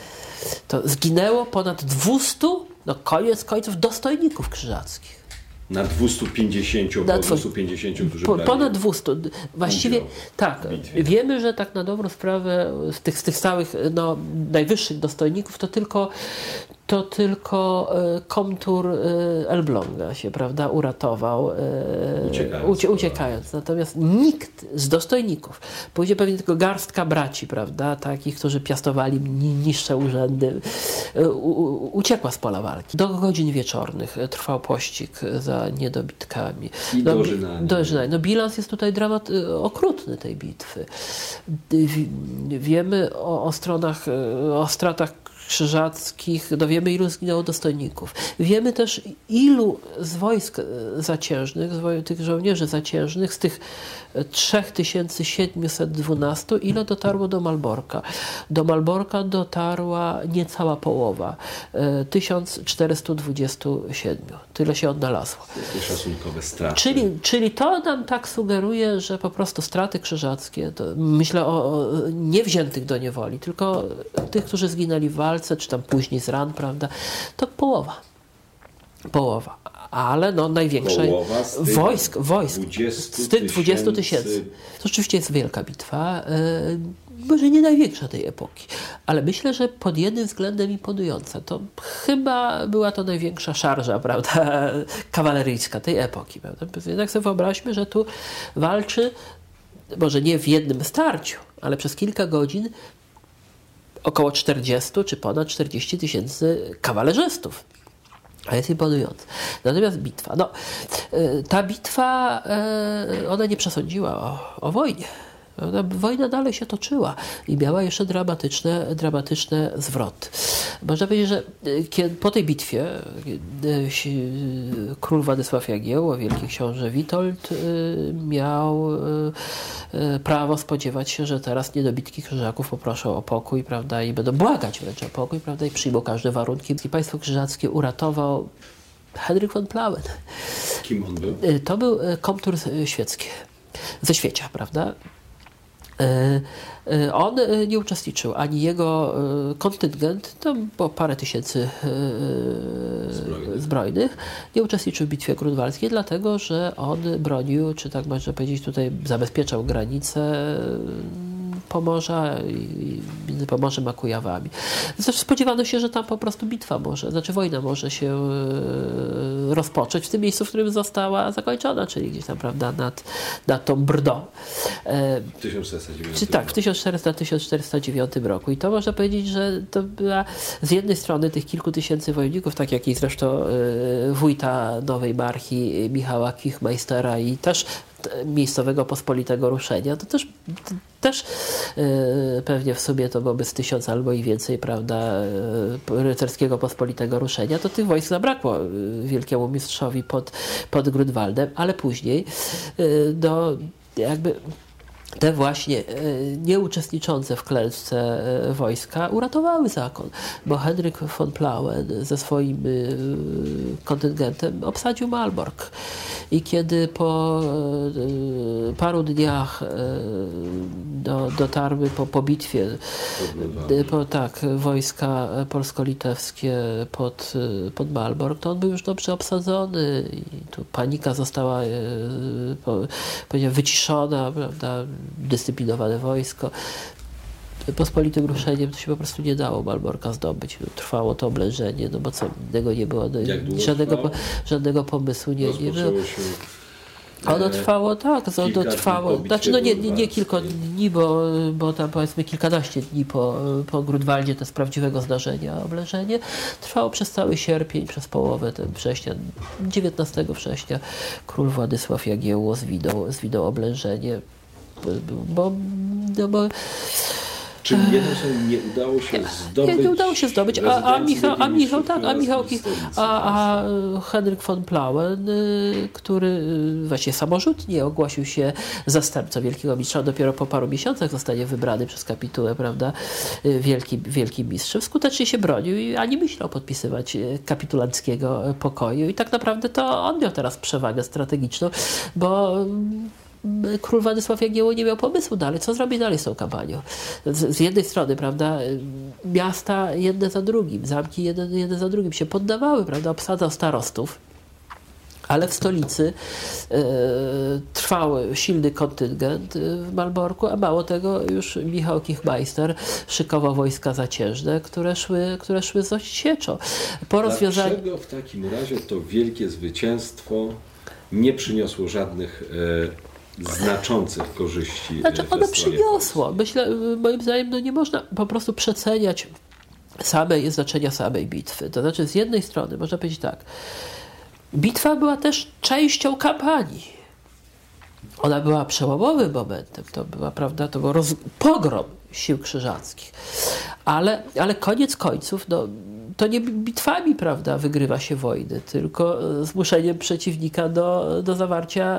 To zginęło ponad dwustu, no koniec końców, dostojników krzyżackich. na dwieście pięćdziesiąt, Na około dwu- dwieście pięćdziesiąt, którzy Po, brali ponad dwieście. Właściwie udział tak. w bitwie. Wiemy, że tak na dobrą sprawę z tych, z tych stałych, no, najwyższych dostojników to tylko to tylko e, komtur e, Elbląga się, prawda, uratował, e, Uciekając. ucie, uciekając. Natomiast nikt z dostojników, później pewnie tylko garstka braci, prawda, takich, którzy piastowali ni- niższe urzędy, e, u, u, uciekła z pola walki. Do godzin wieczornych trwał pościg za niedobitkami. I No, dożynanie. dożynanie. No bilans jest tutaj dramat, y, okrutny tej bitwy. Wi- Wiemy o, o stronach, y, o stratach krzyżackich, no wiemy ilu zginęło dostojników. Wiemy też ilu z wojsk y, zaciężnych, z woj- tych żołnierzy zaciężnych, z tych trzy tysiące siedemset dwanaście, ile dotarło do Malborka. Do Malborka dotarła niecała połowa, y, tysiąc czterysta dwadzieścia siedem. Tyle się odnalazło. Takie szacunkowe straty. Czyli, czyli to nam tak sugeruje, że po prostu straty krzyżackie, to myślę o, o nie wziętych do niewoli, tylko tych, którzy zginęli w walce, czy tam później z ran, prawda, to połowa. Połowa. Ale no największa Połowa z tych wojsk, wojsk dwudziestu z tych dwudziestu tysięcy. tysięcy. To rzeczywiście jest wielka bitwa. Yy, może nie największa tej epoki, ale myślę, że pod jednym względem imponująca. To chyba była to największa szarża, prawda, kawaleryjska tej epoki. Prawda? Jednak sobie wyobraźmy, że tu walczy, może nie w jednym starciu, ale przez kilka godzin około czterdziestu czy ponad czterdzieści tysięcy kawalerzystów. A jest imponujące. Natomiast bitwa. No, y, ta bitwa, y, ona nie przesądziła o, o wojnie. Ona, wojna dalej się toczyła i miała jeszcze dramatyczne, dramatyczne zwroty. Można powiedzieć, że y, kiedy, po tej bitwie y, y, król Władysław Jagiełło, wielki książę Witold y, miał y, y, prawo spodziewać się, że teraz niedobitki krzyżaków poproszą o pokój, prawda, i będą błagać wręcz o pokój, prawda, i przyjmą każde warunki. I państwo krzyżackie uratował Henryk von Plauen. Kim on był? Y, To był y, komtur y, świecki, ze Świecia, prawda? On nie uczestniczył, ani jego kontyngent, tam było parę tysięcy Zbrojnych. zbrojnych, nie uczestniczył w bitwie grunwaldzkiej, dlatego że on bronił, czy tak można powiedzieć, tutaj zabezpieczał granice Pomorza i między Pomorzem a Kujawami. Zresztą spodziewano się, że tam po prostu bitwa może, znaczy wojna może się e, rozpocząć w tym miejscu, w którym została zakończona, czyli gdzieś tam, prawda, nad, nad tą Brdą. E, tysiąc czterysta dziewięć. czy tak, w tysiąc czterysta do tysiąc czterysta dziewiątym roku. I to można powiedzieć, że to była z jednej strony tych kilku tysięcy wojowników, tak jak i zresztą e, wójta Nowej Marchi Michała Kichmeistera i też miejscowego pospolitego ruszenia, to też, to też yy, pewnie w sumie to byłoby z tysiąc albo i więcej, prawda, yy, rycerskiego pospolitego ruszenia, to tych wojsk zabrakło yy, wielkiemu mistrzowi pod, pod Grunwaldem, ale później yy, do jakby te właśnie e, nieuczestniczące w klęsce e, wojska uratowały zakon, bo Henryk von Plauen ze swoim e, kontyngentem obsadził Malbork. I kiedy po e, paru dniach e, do, dotarły po, po bitwie e, po, tak, wojska polsko-litewskie pod, pod Malbork, to on był już dobrze obsadzony i tu panika została e, po, powiedziałem, wyciszona, prawda, dyscyplinowane wojsko. Pospolitym ruszeniem to się po prostu nie dało Malborka zdobyć. Trwało to oblężenie, no bo co innego nie było. No, żadnego, po, żadnego pomysłu nie, nie było. Się, ono trwało, tak, ono trwało, znaczy no nie, nie, nie kilka dni, bo, bo tam powiedzmy kilkanaście dni po, po Grunwaldzie to z prawdziwego zdarzenia oblężenie. Trwało przez cały sierpień, przez połowę ten września, dziewiętnastego września król Władysław Jagiełło zwinął, zwinął oblężenie, bo, no bo Czyli jedno, że nie udało się zdobyć. Nie, nie udało się zdobyć, a, a Michał, a Michał, tak, a Michał, a, a Henryk von Plauen, który właśnie samorzutnie ogłosił się zastępcą wielkiego mistrza, dopiero po paru miesiącach zostanie wybrany przez kapitułę, prawda, wielki, wielki mistrzem, skutecznie się bronił i ani myślał podpisywać kapitulanckiego pokoju i tak naprawdę to on miał teraz przewagę strategiczną, bo król Władysław Jagiełło nie miał pomysłu dalej, co zrobić dalej z tą kampanią. Z, z jednej strony, prawda, miasta jedne za drugim, zamki jedne, jedne za drugim się poddawały, prawda, obsadzał starostów, Ale w stolicy e, trwał silny kontyngent w Malborku, a mało tego już Michał Kichmeister szykował wojska zaciężne, które szły, które szły z odsieczą. Po rozwiązaniu... Dlaczego w takim razie to wielkie zwycięstwo nie przyniosło żadnych e, znaczących korzyści? Znaczy ono przyniosło. Myślę, moim zdaniem no nie można po prostu przeceniać samej, znaczenia samej bitwy. To znaczy z jednej strony można powiedzieć tak, bitwa była też częścią kampanii. Ona była przełomowym momentem. To była, prawda, to był roz... pogrom sił krzyżackich. Ale, ale koniec końców, no, to nie bitwami, prawda, wygrywa się wojny, tylko zmuszeniem przeciwnika do, do zawarcia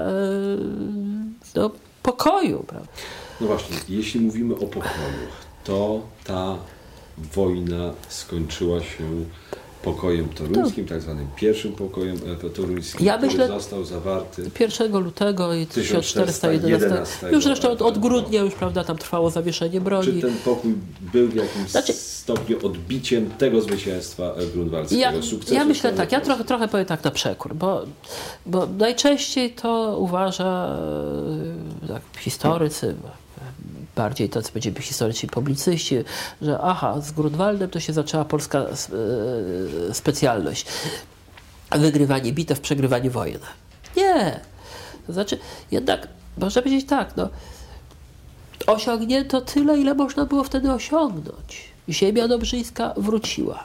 do pokoju. Prawda? No właśnie, jeśli mówimy o pokoju, to ta wojna skończyła się pokojem toruńskim, tak zwanym pierwszym pokojem toruńskim, ja który myślę, został zawarty pierwszego lutego tysiąc czterysta jedenastego. Już zresztą od, od grudnia już, prawda, tam trwało zawieszenie broni. Czy ten pokój był w jakimś znaczy, stopniu odbiciem tego zwycięstwa grunwaldzkiego, ja, sukcesu? Ja myślę tak, ja trochę, trochę powiem tak na przekór, bo, bo najczęściej to uważa tak, historycy, bardziej tacy będziemy historycy i publicyści, że aha, z Grunwaldem to się zaczęła polska e, specjalność. Wygrywanie bitew, przegrywanie wojen. Nie. To znaczy, jednak można powiedzieć tak, no, osiągnięto tyle, ile można było wtedy osiągnąć. Ziemia dobrzyńska wróciła.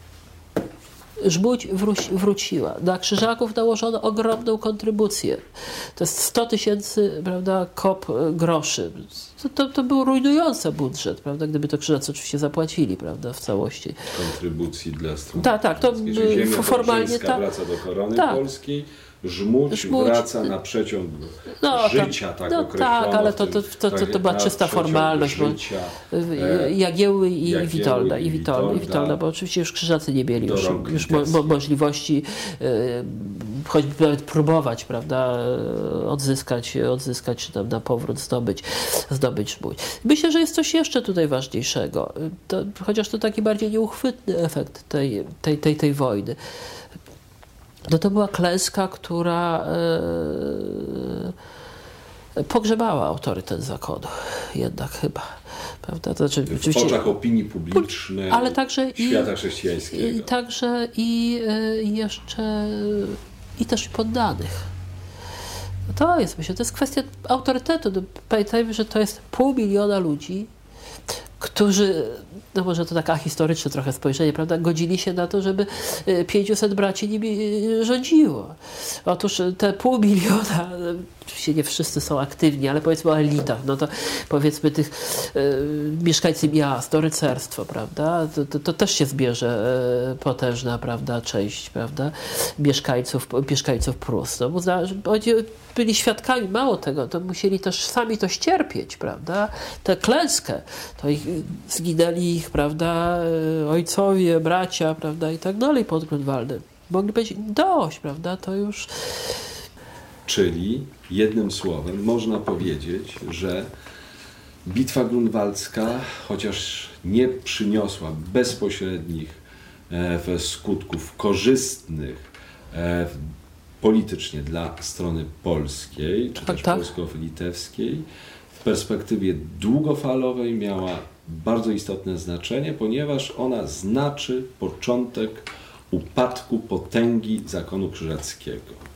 Żmudź wróci, wróciła. Na Krzyżaków nałożono ogromną kontrybucję. To jest sto tysięcy, prawda, kop groszy. To, to, to był rujnujący budżet, prawda, gdyby to Krzyżacy oczywiście zapłacili, prawda, w całości. Kontrybucji dla strony. Tak, tak, to Ziemia formalnie ta, wraca do korony tak. polskiej. Żmudź, Żmudź wraca na przeciąg no, życia, tam, tak no, określono. Tak, ale to, to, to, to, to była czysta formalność. Życia, bo Jagiełły i Jagiełły Witolda, i Witolda, i Witolda, bo oczywiście już Krzyżacy nie mieli już, już mo, mo, możliwości choćby nawet próbować, prawda, odzyskać, odzyskać czy tam na powrót zdobyć, zdobyć Żmudź. Myślę, że jest coś jeszcze tutaj ważniejszego, to, chociaż to taki bardziej nieuchwytny efekt tej, tej, tej, tej wojny. No to była klęska, która e, pogrzebała autorytet zakonu, jednak chyba, prawda? To znaczy, w oczach opinii publicznej, ale także świata i, chrześcijańskiego. I, także i e, jeszcze i też poddanych. No to jest, myślę, to jest kwestia autorytetu. No, pamiętajmy, że to jest pół miliona ludzi, którzy, no może to taka historyczne trochę spojrzenie, prawda, godzili się na to, żeby pięciuset braci nimi rządziło. Otóż te pół miliona, oczywiście nie wszyscy są aktywni, ale powiedzmy o elitach, no to powiedzmy tych e, mieszkańcy miast, to rycerstwo, prawda, to, to, to też się zbierze e, potężna, prawda, część, prawda, mieszkańców, mieszkańców Prus. No, oni byli świadkami, mało tego, to musieli też sami to ścierpieć, prawda, tę klęskę, to ich, zginęli ich, prawda, ojcowie, bracia, prawda, i tak dalej pod Grunwaldem. Mogli powiedzieć, dość, prawda, to już... Czyli jednym słowem można powiedzieć, że bitwa grunwaldzka, chociaż nie przyniosła bezpośrednich e, skutków korzystnych e, politycznie dla strony polskiej, czy tak, też tak. polsko-litewskiej, w perspektywie długofalowej miała bardzo istotne znaczenie, ponieważ ona znaczy początek upadku potęgi zakonu krzyżackiego.